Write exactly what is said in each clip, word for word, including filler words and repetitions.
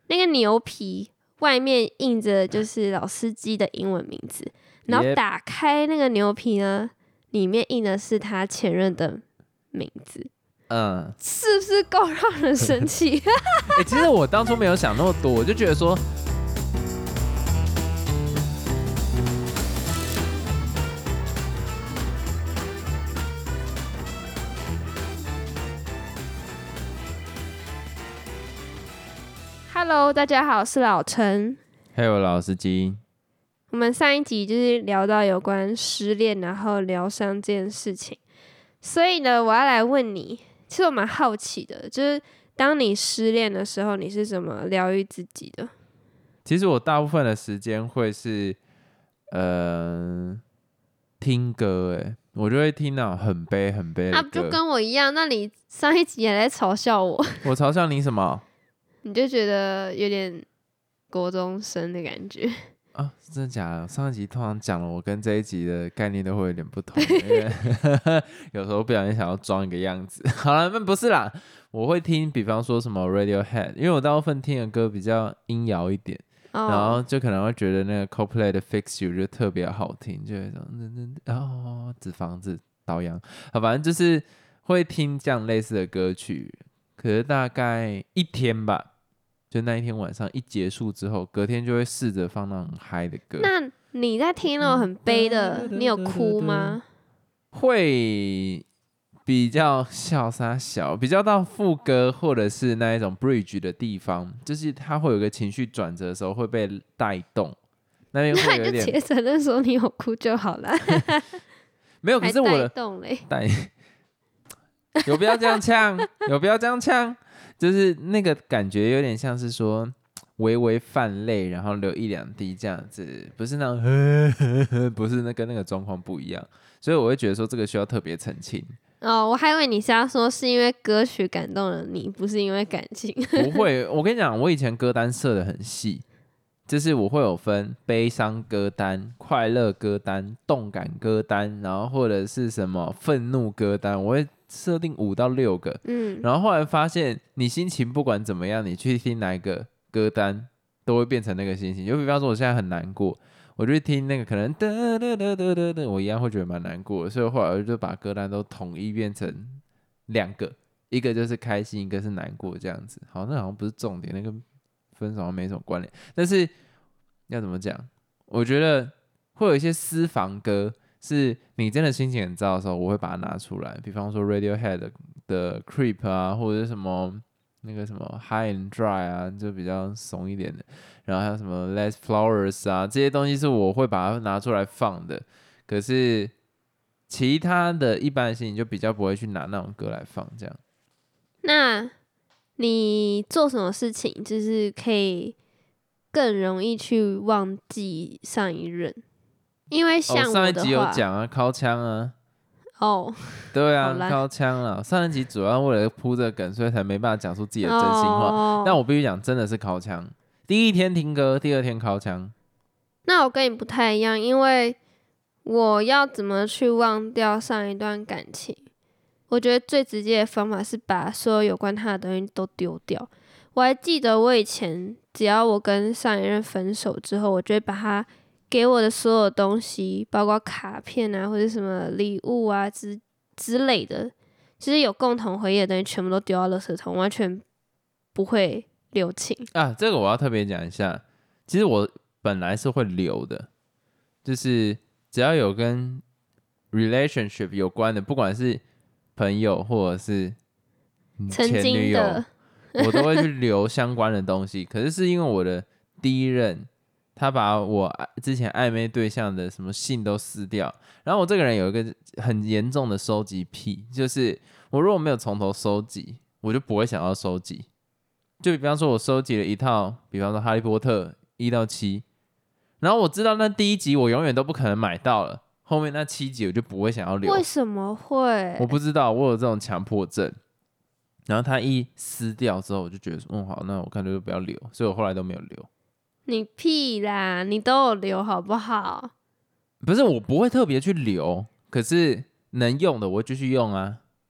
那个牛皮外面印着就是老司机的英文名字，然后打开那个牛皮呢，里面印的是他前任的名字。嗯，是不是够让人生气？ 欸，其实我当初没有想那么多，我就觉得说， Hello， 大家好，我是老陈。 还有老司机。 我们上一集就是聊到有关失恋，然后疗伤这件事情，所以呢，我要来问你，其实我蛮好奇的，就是当你失恋的时候，你是怎么疗愈自己的？ 其实我大部分的时间会是，呃，听歌，哎，我就会听那种很悲很悲的歌。 啊，就跟我一样。那你上一集也在嘲笑我？ 我嘲笑你什么？ 你就觉得有点国中生的感觉啊？真的假的？上一集通常讲了，我跟这一集的概念都会有点不同，因为有时候不小心想要装一个样子。好了，那不是啦，我会听，比方说什么 Radiohead， 因为我大部分听的歌比较阴摇一点。Oh. 然后就可能会觉得那个 Coldplay 的 Fix You 就特别好听，就有一种哦，纸房子倒洋，好，反正就是会听这样类似的歌曲。可是大概一天吧，就那一天晚上一结束之后，隔天就会试着放那种很嗨的歌。 那你在听那种很悲的，你有哭吗？ 会比较笑撒小，比较到副歌或者是那一种 bridge 的地方，就是它会有个情绪转折的时候会被带动，那边会有一点。 那你就承认说你有哭就好了。 没有，可是我的带动嘞， 带有必要这样呛？有必要这样呛？就是那个感觉有点像是说微微泛泪，然后流一两滴这样子，不是那种呵呵呵，不是那跟那个状况不一样，所以我会觉得说这个需要特别澄清。 哦，我还以为你是要说是因为歌曲感动了你，不是因为感情。 不会，我跟你讲，我以前歌单设得很细，就是我会有分悲伤歌单、快乐歌单、动感歌单，然后或者是什么愤怒歌单，我会设定五到六个。嗯，然后后来发现，你心情不管怎么样，你去听哪一个歌单，都会变成那个心情。就比方说，我现在很难过。我就听那个可能哒哒哒哒哒哒，我一样会觉得蛮难过的，所以后来我就把歌单都统一变成两个，一个就是开心，一个是难过这样子。好，那好像不是重点，那个分手好像没什么关联。但是要怎么讲？我觉得会有一些私房歌，是你真的心情很糟的时候，我会把它拿出来。比方说 Radiohead 的 Creep 啊，或者是什么那个什么 High and Dry 啊，就比较怂一点的。然后还有什么 Less Flowers 啊，这些东西是我会把它拿出来放的。可是其他的一般的心情就比较不会去拿那种歌来放，这样。 那你做什么事情就是可以更容易去忘记上一任？因为像我的话，哦、 上一集有讲啊，靠枪啊。 哦， 对啊，靠枪了。上一集主要为了铺这个梗，所以才没办法讲出自己的真心话。哦、但我必须讲，真的是靠枪。第一天听歌，第二天靠枪。 那我跟你不太一样，因为我要怎么去忘掉上一段感情？我觉得最直接的方法是把所有有关他的东西都丢掉。我还记得我以前，只要我跟上一任分手之后，我就会把他给我的所有东西，包括卡片啊，或者什么礼物啊之之类的，就是有共同回忆的东西，全部都丢到垃圾桶，完全不会留情啊。这个我要特别讲一下，其实我本来是会留的，就是只要有跟 relationship 有关的，不管是朋友或者是前女友，我都会去留相关的东西。可是是因为我的第一任，他把我之前暧昧对象的什么信都撕掉，然后我这个人有一个很严重的收集癖，就是我如果没有从头收集，我就不会想要收集。就比方说我收集了一套，比方说哈利波特一到七，然后我知道那第一集我永远都不可能买到了，后面那七集我就不会想要留。 为什么会？ 我不知道，我有这种强迫症。然后他一撕掉之后，我就觉得说，嗯，好，那我干脆就不要留，所以我后来都没有留。 你屁啦，你都有留好不好？ 不是，我不会特别去留，可是能用的我会继续用啊。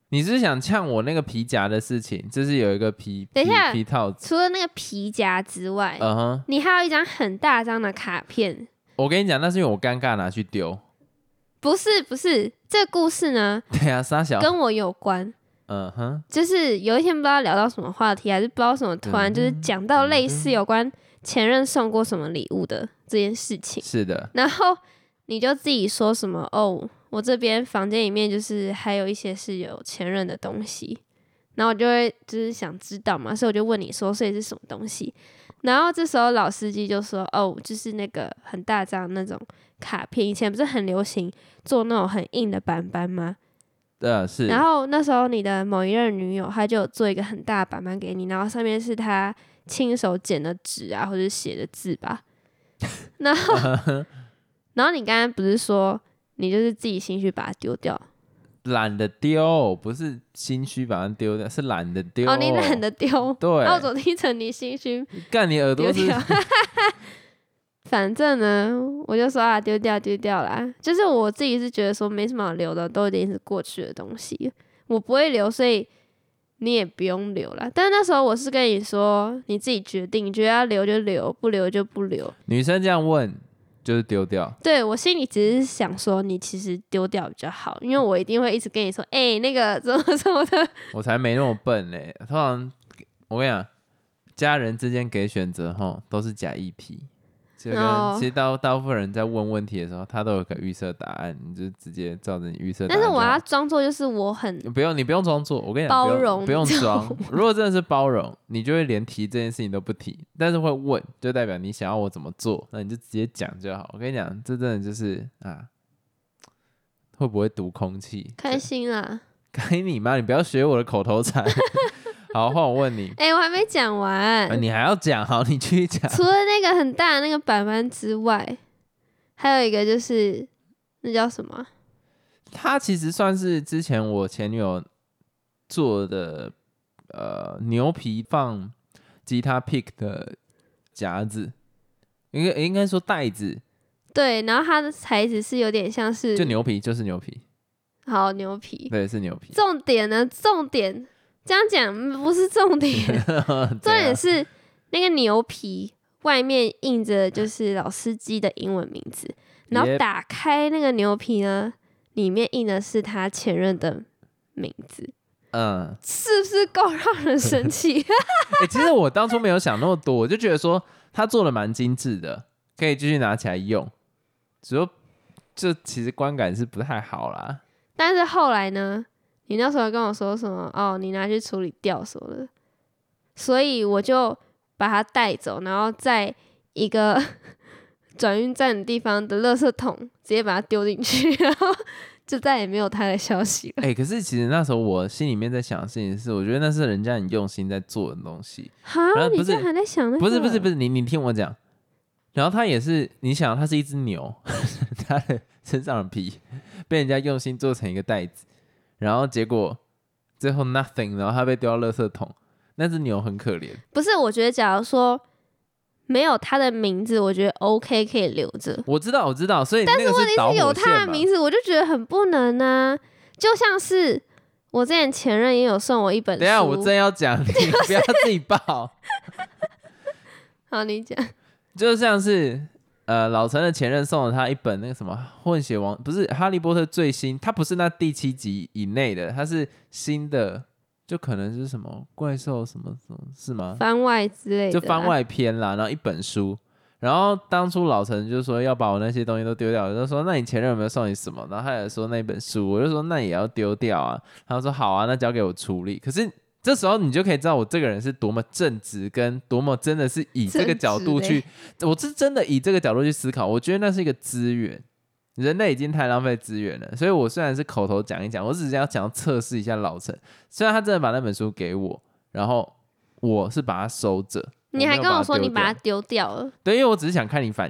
你是想呛我那个皮夹的事情？就是有一个皮等一下皮皮套子， 除了那个皮夹之外， 嗯哼， 你还有一张很大张的卡片。 我跟你讲，那是因为我尴尬拿去丢。 不是不是，这个故事呢， 对啊，傻小， 跟我有关。 嗯哼， 就是有一天不知道聊到什么话题，还是不知道什么，突然就是讲到类似有关前任送过什么礼物的这件事情。 是的， 然后你就自己说什么哦，我这边房间里面就是还有一些是有前任的东西，然后我就会就是想知道嘛，所以我就问你说，所以是什么东西？然后这时候老司机就说哦，就是那个很大张那种卡片，以前不是很流行做那种很硬的板板吗？ 呃是。 然后那时候你的某一任女友，她就有做一个很大的板板给你，然后上面是她亲手剪的纸啊，或者写的字吧。然后，然后你刚刚不是说你就是自己心虚把它丢掉？ 懒得丢，不是心虚把它丢掉，是懒得丢。 哦，你懒得丢。 对。 然后我总听成你心虚， 干你耳朵是。 丢掉反正呢，我就说啊，丢掉丢掉啦。就是我自己是觉得说没什么好留的，都已经是过去的东西，我不会留，所以你也不用留啦。但是那时候我是跟你说，你自己决定，你觉得要留就留，不留就不留。 女生这样问就是丢掉。 对，我心里只是想说，你其实丢掉比较好，因为我一定会一直跟你说，哎、欸，那个怎么怎么的。 我才没那么笨嘞，通常我跟你讲，家人之间给选择吼，都是假议题。就跟、oh. 其实大大部分人在问问题的时候，他都有个预设答案，你就直接照着你预设答案。 但是我要装作就是我很不用，你不用装作，我跟你讲， 包容， 不用不用装。如果真的是包容，你就会连提这件事情都不提，但是会问，就代表你想要我怎么做，那你就直接讲就好。我跟你讲，这真的就是啊，会不会读空气？ 开心啦！ 该你妈！你不要学我的口头禅。好，换我问你。 哎、欸，我还没讲完、 啊。你还要讲？好，你继续讲。 除了那个很大的那个板板之外，还有一个就是那叫什么？ 它其实算是之前我前女友做的呃牛皮放吉他 pick 的夹子，应该应该说袋子。 对，然后它的材质是有点像是就牛皮，就是牛皮。 好，牛皮。 对，是牛皮。 重点呢？重点。这样讲不是重点，重点是那个牛皮外面印着就是老司机的英文名字，然后打开那个牛皮呢，里面印的是他前任的名字。嗯，是不是够让人生气？ 欸，其实我当初没有想那么多，我就觉得说他做的蛮精致的，可以继续拿起来用，只不过就其实观感是不太好啦。 但是后来呢？你那时候跟我说什么？哦，你拿去处理掉什么的，所以我就把它带走，然后在一个转运站的地方的垃圾桶直接把它丢进去，然后就再也没有他的消息了。 哎、欸，可是其实那时候我心里面在想的事情是，我觉得那是人家很用心在做的东西。 哈，你这还在想那个？ 不是不是不是，你你听我讲。然后他也是，你想，他是一只牛，他的身上的皮被人家用心做成一个袋子。然后结果最后 nothing， 然后他被丢到垃圾桶，那只牛很可怜。 不是，我觉得假如说没有他的名字，我觉得 OK 可以留着。 我知道我知道，所以但是问题是有他的名字，我就觉得很不能啊。就像是我之前前任也有送我一本书， 等一下我正要讲，你不要自己报。 好，你讲。 就像是。呃，老陈的前任送了他一本那个什么混血王，不是哈利波特最新，他不是那第七集以内的，他是新的，就可能是什么怪兽什么什么，是吗？ 番外之类的， 就番外篇啦，然后一本书，然后当初老陈就说要把我那些东西都丢掉，我就说那你前任有没有送你什么？然后他也说那本书，我就说那也要丢掉啊，他说好啊，那交给我处理。可是这时候你就可以知道我这个人是多么正直，跟多么真的是以这个角度去，我是真的以这个角度去思考。我觉得那是一个资源，人类已经太浪费资源了。所以我虽然是口头讲一讲，我只是要想要测试一下老陈。虽然他真的把那本书给我，然后我是把它收着。 你还跟我说你把它丢掉了？ 对，因为我只是想看你反应。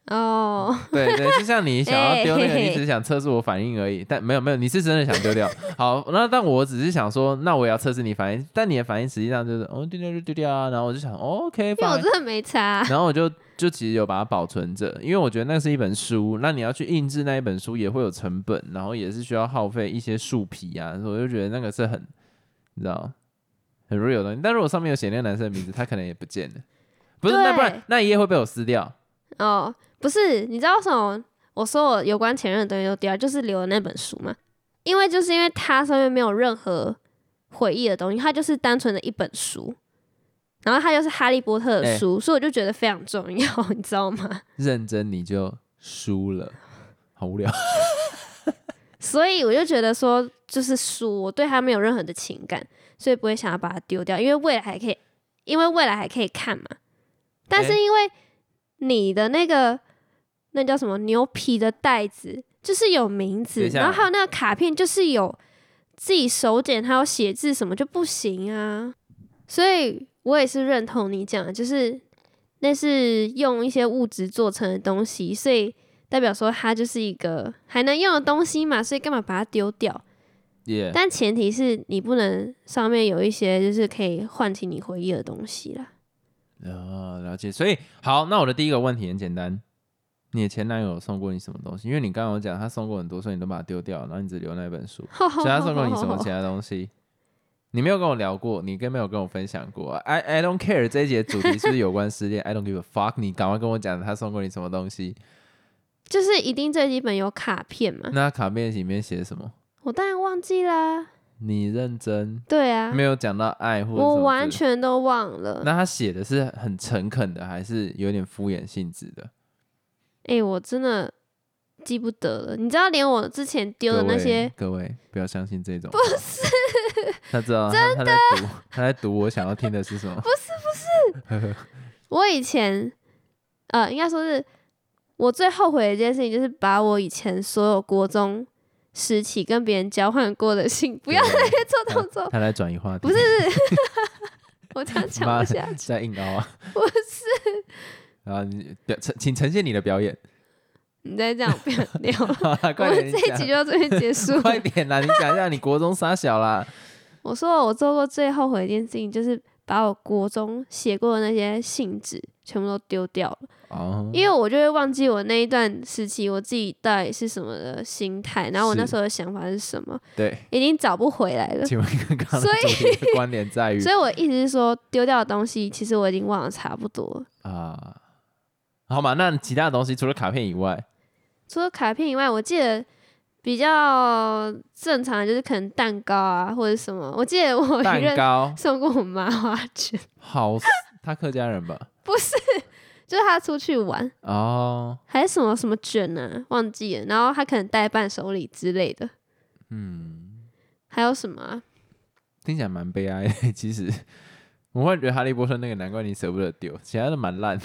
哦， 对对，就像你想要丢那个， 欸你只是想测试我反应而已，但没有没有，你是真的想丢掉。好，那但我只是想说，那我也要测试你反应，但你的反应实际上就是哦丢掉就丢掉啊，然后我就想、哦、OK， 因为我真的没差。 然后我就就其实有把它保存着，因为我觉得那是一本书，那你要去印制那一本书也会有成本，然后也是需要耗费一些树皮啊，所以我就觉得那个是很你知道很 real 的东西。但如果上面有写那个男生的名字，他可能也不见了，不是那不然那一页会被我撕掉。 哦，不是，你知道为什么我说我有关前任的东西都丢掉，就是留了那本书嘛？因为就是因为它上面没有任何回忆的东西，它就是单纯的一本书，然后它又是哈利波特的书，欸、所以我就觉得非常重要，你知道吗？ 认真你就输了，好无聊。 所以我就觉得说，就是书，我对它没有任何的情感，所以不会想要把它丢掉，因为未来还可以，因为未来还可以看嘛。但是因为你的那个那叫什么牛皮的袋子，就是有名字，然后还有那个卡片，就是有自己手剪，还有写字什么就不行啊。所以我也是认同你讲的，就是那是用一些物质做成的东西，所以代表说它就是一个还能用的东西嘛，所以干嘛把它丢掉？ Yeah. 但前提是你不能上面有一些就是可以唤起你回忆的东西啦。 哦，了解。所以好，那我的第一个问题很简单，你的前男友送过你什么东西？因为你刚刚有讲他送过很多，所以你都把它丢掉，然后你只留那本书，所以他送过你什么其他东西？你没有跟我聊过，你跟没有跟我分享过。I I don't care 这一节主题是不是有关失恋？I don't give a fuck。你赶快跟我讲他送过你什么东西？ 就是一定最基本有卡片嘛。 那卡片里面写什么？ 我当然忘记啦。 你认真？ 对啊， 没有讲到爱或者什么， 我完全都忘了。 那他写的是很诚恳的，还是有点敷衍性质的？ 哎、欸，我真的记不得了。你知道，连我之前丢的那些， 各位, 各位不要相信这种。 不是， 他知道真的， 他, 他在读，他在读我想要听的是什么？ 不是不是，我以前呃，应该说是我最后悔的一件事情，就是把我以前所有国中时期跟别人交换过的信，不要在那边做动作。 他, 他在转移话题， 不是不是，我这样讲不下去， 在硬凹啊。 不是， 然后你请呈现你的表演。 你再这样不要聊了， 我们这一集就到这边结束。 快点啦，你讲一下你国中杀小啦。 我说我做过最后悔的一件事情，就是把我国中写过的那些信纸全部都丢掉了。哦，因为我就会忘记我那一段时期我自己到底是什么的心态，然后我那时候的想法是什么， 对， 已经找不回来了。 请问刚刚的主题的观点在于， 所以我意思是说，丢掉的东西其实我已经忘了差不多了啊。 好嘛，那其他的东西除了卡片以外， 除了卡片以外，我记得比较正常的就是可能蛋糕啊或者什么。我记得我蛋糕送过我妈花卷， 好，他客家人吧？ 不是。就是他出去玩哦， 还是什么什么卷啊，忘记了。然后他可能带伴手礼之类的。嗯，还有什么啊？ 听起来蛮悲哀的。其实我会觉得哈利波特那个难怪你舍不得丢，其他的蛮烂的。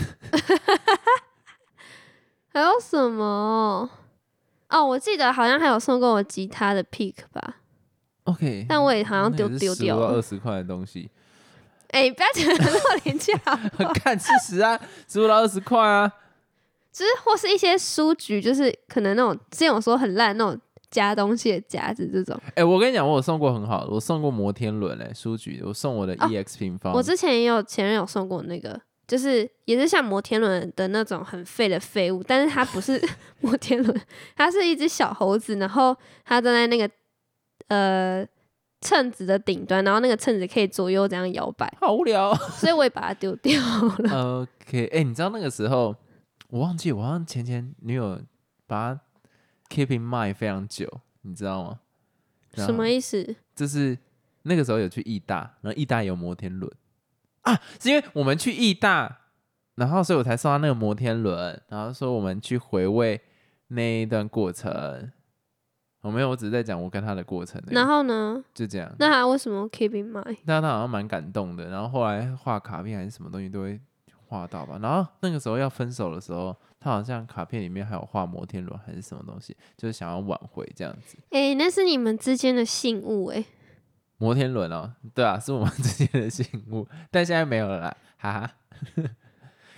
还有什么？哦，我记得好像还有送过我吉他的 pick 吧。 OK， 但我也好像丢丢掉了。 十五到二十块的东西。 哎、欸，不要讲得那么廉价好不好。 看事实啊，十五到二十块啊。 就是或是一些书局，就是可能那种之前我说很烂那种夹东西的夹子这种。 哎、欸，我跟你讲，我有送过很好的，我送过摩天轮哎、欸，书局，我送我的 E X 平方、 哦。我之前也有前任有送过那个，就是也是像摩天轮的那种很废的废物，但是它不是摩天轮，它是一只小猴子，然后它站在那个呃。秤子的顶端，然后那个秤子可以左右这样摇摆， 好无聊， 所以我也把它丢掉了。 OK， 哎、欸，你知道那个时候我忘记，我好像前前女友把它 keep in mind 非常久，你知道吗？ 什么意思？ 就是那个时候有去义大，然后义大有摩天轮啊，是因为我们去义大，然后所以我才送他那个摩天轮，然后说我们去回味那一段过程。我、哦、没有，我只是在讲我跟他的过程。 然后呢？ 就这样。 那他为什么 keep in mind？ 但他好像蛮感动的，然后后来画卡片还是什么东西都会画到吧。然后那个时候要分手的时候，他好像卡片里面还有画摩天轮还是什么东西，就是想要挽回这样子。 哎、欸，那是你们之间的信物哎、欸。 摩天轮哦，对啊，是我们之间的信物，但现在没有了啦，哈哈。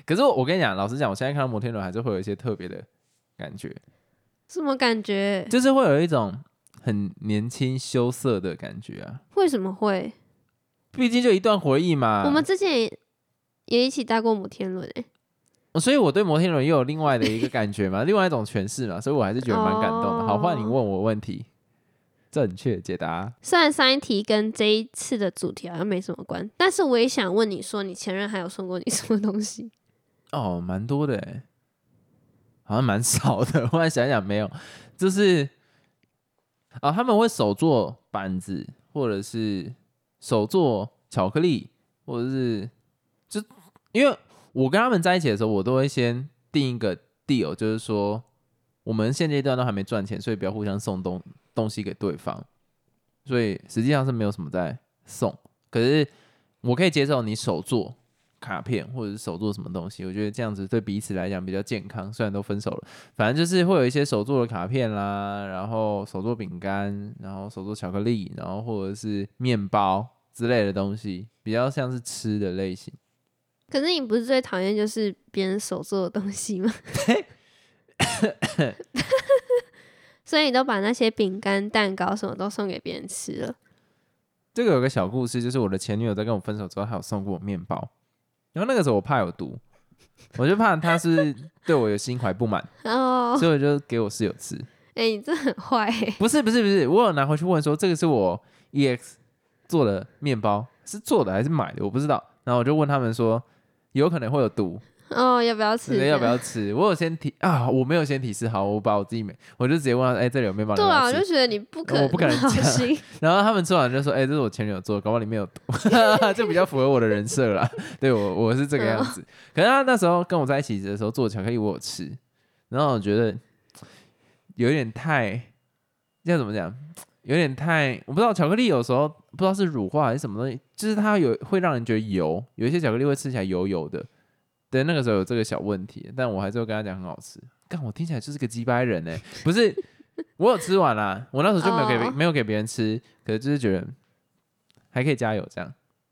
可是我我跟你讲，老实讲，我现在看到摩天轮还是会有一些特别的感觉。 什么感觉？ 就是会有一种很年轻羞涩的感觉啊。 为什么会？ 毕竟就一段回忆嘛。 我们之前 也, 也一起搭过摩天轮诶、 欸，所以我对摩天轮又有另外的一个感觉嘛，另外一种诠释嘛，所以我还是觉得蛮感动的。哦、好，换你问我问题，正确解答。 虽然上一题跟这一次的主题好像没什么关，但是我也想问你说，你前任还有送过你什么东西？ 哦，蛮多的诶，好像蛮少的。忽然想想没有，就是啊、哦，他们会手做板子，或者是手做巧克力，或者是就因为我跟他们在一起的时候，我都会先定一个 deal， 就是说我们现阶段都还没赚钱，所以不要互相送东东西给对方，所以实际上是没有什么在送。可是我可以接受你手做卡片或者是手做什么东西，我觉得这样子对彼此来讲比较健康。虽然都分手了，反正就是会有一些手做的卡片啦，然后手做饼干，然后手做巧克力，然后或者是面包之类的东西，比较像是吃的类型。 可是你不是最讨厌就是别人手做的东西吗？所以你都把那些饼干、蛋糕什么都送给别人吃了。 这个有个小故事，就是我的前女友在跟我分手之后，她有送过我面包，然后那个时候我怕有毒，我就怕她是对我有心怀不满，哦，所以我就给我室友吃。 哎、欸，你这很坏欸。 不是不是不是，我有拿回去问说，这个是我 E X 做的面包，是做的还是买的，我不知道。然后我就问他们说，有可能会有毒。 哦，要不要吃？ 要不要吃？我有先提啊，我没有先提示好，我把我自己没，我就直接问他，哎、欸，这里有面包？ 对啊，我就觉得你不可能， 我不可能讲。然后他们吃完就说，哎、欸，这是我前女友做的，搞不好里面有毒，这比较符合我的人设啦。对我，我是这个样子。嗯、可是他那时候跟我在一起的时候做的巧克力，我有吃，然后我觉得有点太，要怎么讲？有点太，我不知道巧克力有时候不知道是乳化还是什么东西，就是它有会让人觉得油，有一些巧克力会吃起来油油的。对，那个时候有这个小问题，但我还是会跟他讲很好吃。干，我听起来就是个鸡掰人哎，不是，我有吃完啦，我那时候就没有给、oh. 没有给别人吃，可是就是觉得还可以加油这样。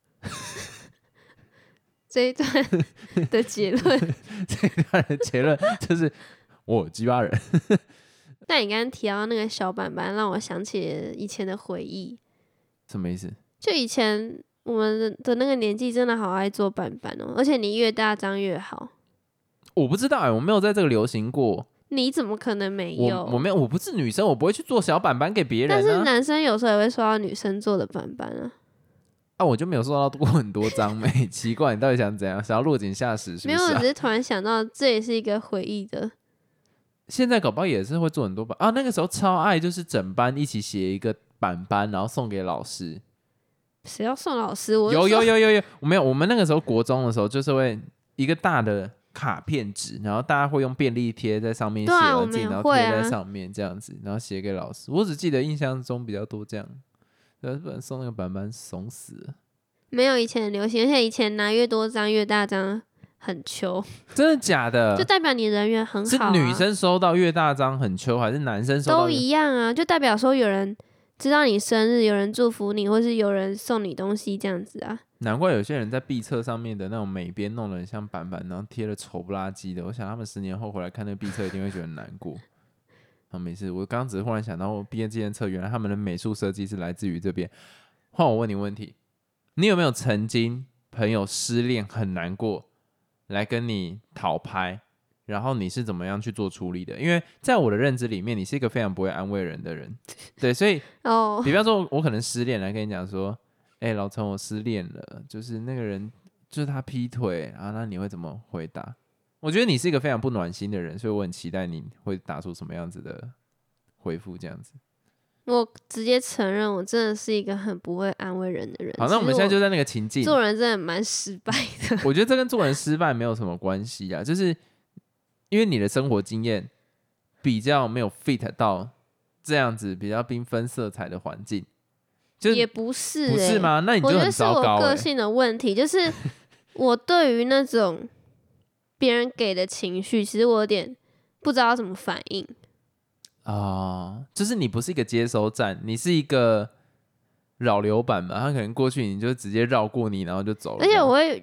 这一段的结论， 这一段的结论就是我鸡巴人。 但你刚刚提到那个小板板，让我想起以前的回忆。 什么意思？ 就以前。我们的那个年纪真的好爱做板板哦，而且你越大张越好。 我不知道哎、欸，我没有在这个流行过。 你怎么可能没有？ 我, 我没有，我不是女生，我不会去做小板板给别人、啊。 但是男生有时候也会收到女生做的板板啊。 啊，我就没有收到过很多张没奇怪，你到底想怎样？想要落井下石是不是、啊？ 没有，我只是突然想到，这也是一个回忆的。 现在搞不好也是会做很多板啊，那个时候超爱，就是整班一起写一个板板，然后送给老师。 谁要送老师？我有有有有有，我没有。我们那个时候国中的时候，就是会一个大的卡片纸，然后大家会用便利贴在上面写完字、啊，然后贴在上面这样子，然后写给老师。我只记得印象中比较多这样，不然送那个板板怂死了。 没有以前很流行，而且以前拿越多张越大张很秋。 真的假的？ 就代表你人缘很好、啊。 是女生收到越大张很秋，还是男生收到？ 都一样啊，就代表说有人知道你生日，有人祝福你，或是有人送你东西这样子啊。 难怪有些人在壁册上面的那种美编弄得很像板板，然后贴了丑不拉几的。我想他们十年后回来看那个壁册，一定会觉得很难过。好，没事，我刚刚只是忽然想到，我毕业纪念册原来他们的美术设计是来自于这边。换我问你问题，你有没有曾经朋友失恋很难过，来跟你讨拍？然后你是怎么样去做处理的？因为在我的认知里面，你是一个非常不会安慰人的人，对，所以哦， oh. 比方说，我可能失恋来跟你讲说，哎、欸，老陈，我失恋了，就是那个人，就是他劈腿，然后那你会怎么回答？我觉得你是一个非常不暖心的人，所以我很期待你会打出什么样子的回复，这样子。 我直接承认，我真的是一个很不会安慰人的人。 好，那我们现在就在那个情境， 做人真的蛮失败的。 我觉得这跟做人失败没有什么关系啊，就是。因为你的生活经验比较没有 fit 到这样子比较缤纷色彩的环境，就也不是、欸， 不是吗？那你就很糟糕、欸。我觉得是我个性的问题，就是我对于那种别人给的情绪，其实我有点不知道怎么反应啊、哦。就是你不是一个接收站，你是一个扰流板嘛，他可能过去你就直接绕过你，然后就走了。 而且我会。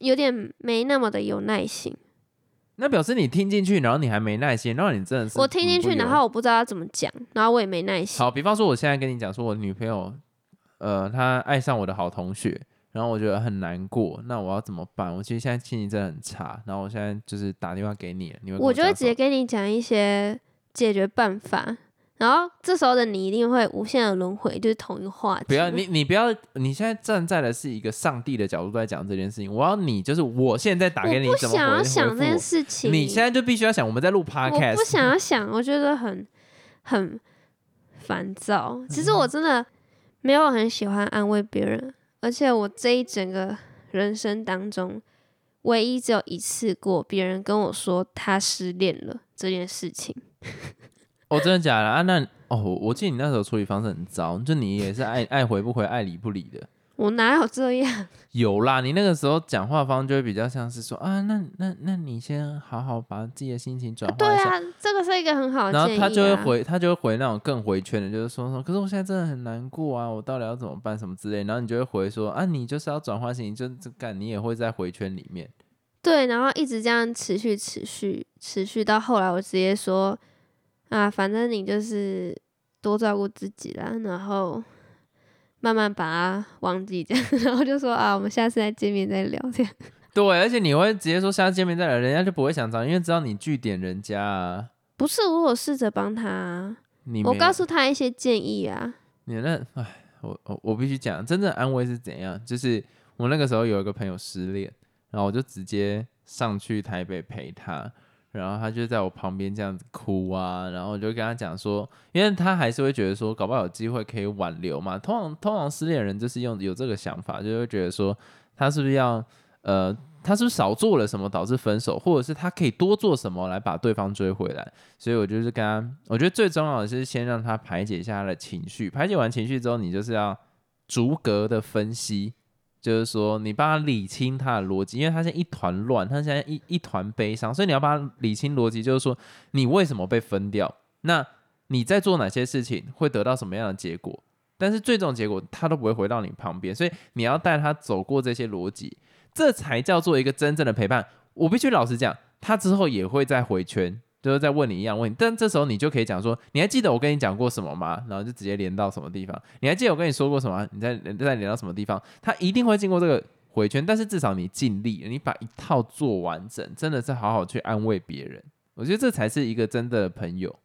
有点没那么的有耐心。 那表示你听进去，然后你还没耐心，然后你真的是我听进去，然后我不知道要怎么讲，然后我也没耐心。 好，比方说我现在跟你讲说，我女朋友，呃，她爱上我的好同学，然后我觉得很难过，那我要怎么办？我其实现在心情真的很差，然后我现在就是打电话给你，你会跟我我就会直接跟你讲一些解决办法。然后这时候的你一定会无限的轮回，就是同一个话题。 不要你，你不要，你现在站在的是一个上帝的角度在讲这件事情。我要你，就是我现在打给你， 我不怎么想要想这件事情。 你现在就必须要想，我们在录 podcast。 我不想要想，我觉得很很烦躁。其实我真的没有很喜欢安慰别人，而且我这一整个人生当中，唯一只有一次过别人跟我说他失恋了这件事情。 哦，真的假的啊？那哦，我记得你那时候处理方式很糟，就你也是爱爱回不回，爱理不理的。 我哪有这样？ 有啦，你那个时候讲话方就会比较像是说啊，那那那你先好好把自己的心情转化一下。 啊对啊，这个是一个很好的建议、啊。 然后他就会回，他就会回那种更回圈的，就是说说，可是我现在真的很难过啊，我到底要怎么办什么之类。然后你就会回说啊，你就是要转换心情，就干，你也会在回圈里面。 对，然后一直这样持续持续持续到后来，我直接说啊，反正你就是多照顾自己啦，然后慢慢把它忘记这样，然后就说啊，我们下次再见面再聊这样。 对，而且你会直接说下次见面再聊，人家就不会想找，因为知道你据点人家啊。 不是，我有试着帮他、啊， 你我告诉他一些建议啊。 你那哎，我我我必须讲，真正的安慰是怎样？就是我那个时候有一个朋友失恋，然后我就直接上去台北陪他。然后他就在我旁边这样子哭啊，然后我就跟他讲说，因为他还是会觉得说，搞不好有机会可以挽留嘛。通常通常失恋人就是用有这个想法，就会觉得说，他是不是要呃，他是不是少做了什么导致分手，或者是他可以多做什么来把对方追回来。所以我就是跟他，我觉得最重要的是先让他排解一下他的情绪，排解完情绪之后，你就是要逐格的分析。就是说，你帮他理清他的逻辑，因为他现在一团乱，他现在一一团悲伤，所以你要帮他理清逻辑，就是说你为什么被分掉，那你在做哪些事情会得到什么样的结果，但是最终的结果他都不会回到你旁边，所以你要带他走过这些逻辑，这才叫做一个真正的陪伴。我必须老实讲，他之后也会再回圈。就是在问你一样问题，但这时候你就可以讲说，你还记得我跟你讲过什么吗？然后就直接连到什么地方。你还记得我跟你说过什么？你再再连到什么地方？他一定会经过这个回圈，但是至少你尽力了，你把一套做完整，真的是好好去安慰别人。我觉得这才是一个真的朋友。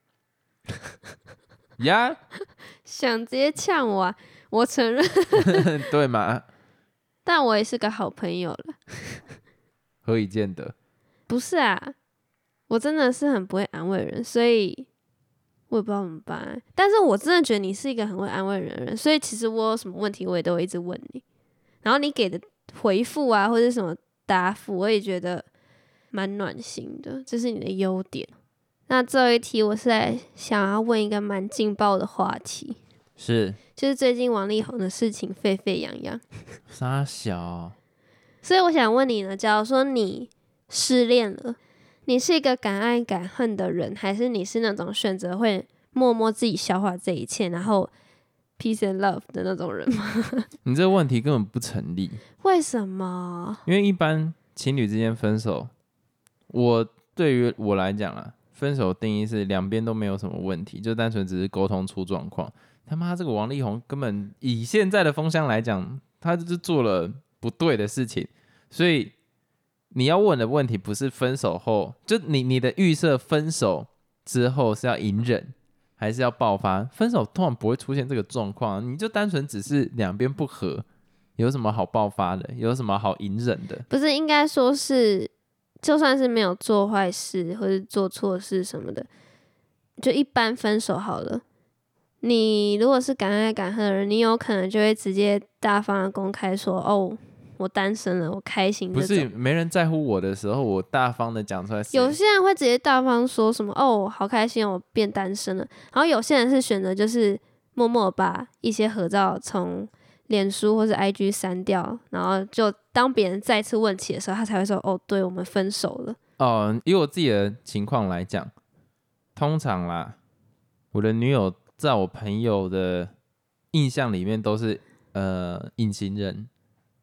呀、yeah? 想直接呛我、啊，我承认。 对吗？ 但我也是个好朋友了。 何以见得？ 不是啊。我真的是很不会安慰人，所以我也不知道怎么办、欸。但是我真的觉得你是一个很会安慰人的人，所以其实我有什么问题，我也都会一直问你。然后你给的回复啊，或者什么答复，我也觉得蛮暖心的，这是你的优点。那最后一题，我是在想要问一个蛮劲爆的话题， 是， 就是最近王力宏的事情沸沸扬扬， 傻小。 所以我想问你呢，假如说你失恋了。你是一个敢爱敢恨的人，还是你是那种选择会默默自己消化这一切，然后 peace and love 的那种人吗？ 你这个问题根本不成立。 为什么？ 因为一般情侣之间分手，我对于我来讲啊，分手定义是两边都没有什么问题，就单纯只是沟通出状况。他妈这个王力宏根本以现在的风向来讲，他就是做了不对的事情，所以。你要问的问题不是分手后，就你你的预设分手之后是要隐忍还是要爆发？分手通常不会出现这个状况，你就单纯只是两边不合，有什么好爆发的？有什么好隐忍的？ 不是，应该说是，就算是没有做坏事或者做错事什么的，就一般分手好了。你如果是敢爱敢恨的人，你有可能就会直接大方的公开说，哦。我单身了，我开心。 不是没人在乎我的时候，我大方的讲出来。 有些人会直接大方说什么哦，好开心，我变单身了。然后有些人是选择就是默默把一些合照从脸书或是 I G 删掉，然后就当别人再次问起的时候，他才会说哦，对，我们分手了。 哦，以我自己的情况来讲，通常啦，我的女友在我朋友的印象里面都是呃隐形人。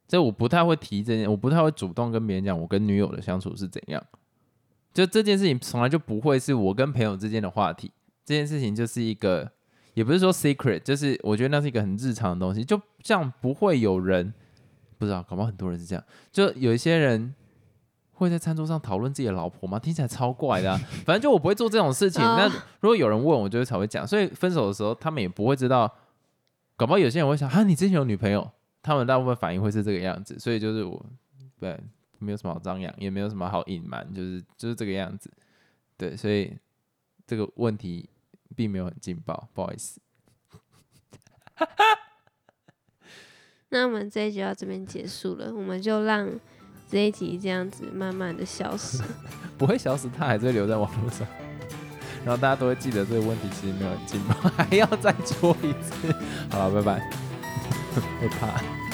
所以我不太会提这件，我不太会主动跟别人讲我跟女友的相处是怎样。就这件事情从来就不会是我跟朋友之间的话题，这件事情就是一个，也不是说 secret， 就是我觉得那是一个很日常的东西，就像不会有人不知道，搞不好很多人是这样，就有一些人会在餐桌上讨论自己的老婆吗？听起来超怪的啊！反正就我不会做这种事情。那如果有人问我，就会才会讲。所以分手的时候，他们也不会知道，搞不好有些人会想，啊，你之前有女朋友？他们大部分反应会是这个样子，所以就是我，对。没有什么好张扬，也没有什么好隐瞒，就是就是这个样子，对，所以这个问题并没有很劲爆，不好意思。 那我们这一集到这边结束了，我们就让这一集这样子慢慢的消失， 不会消失，它还是会留在网络上，然后大家都会记得这个问题其实没有很劲爆，还要再说一次。好了，拜拜，会怕。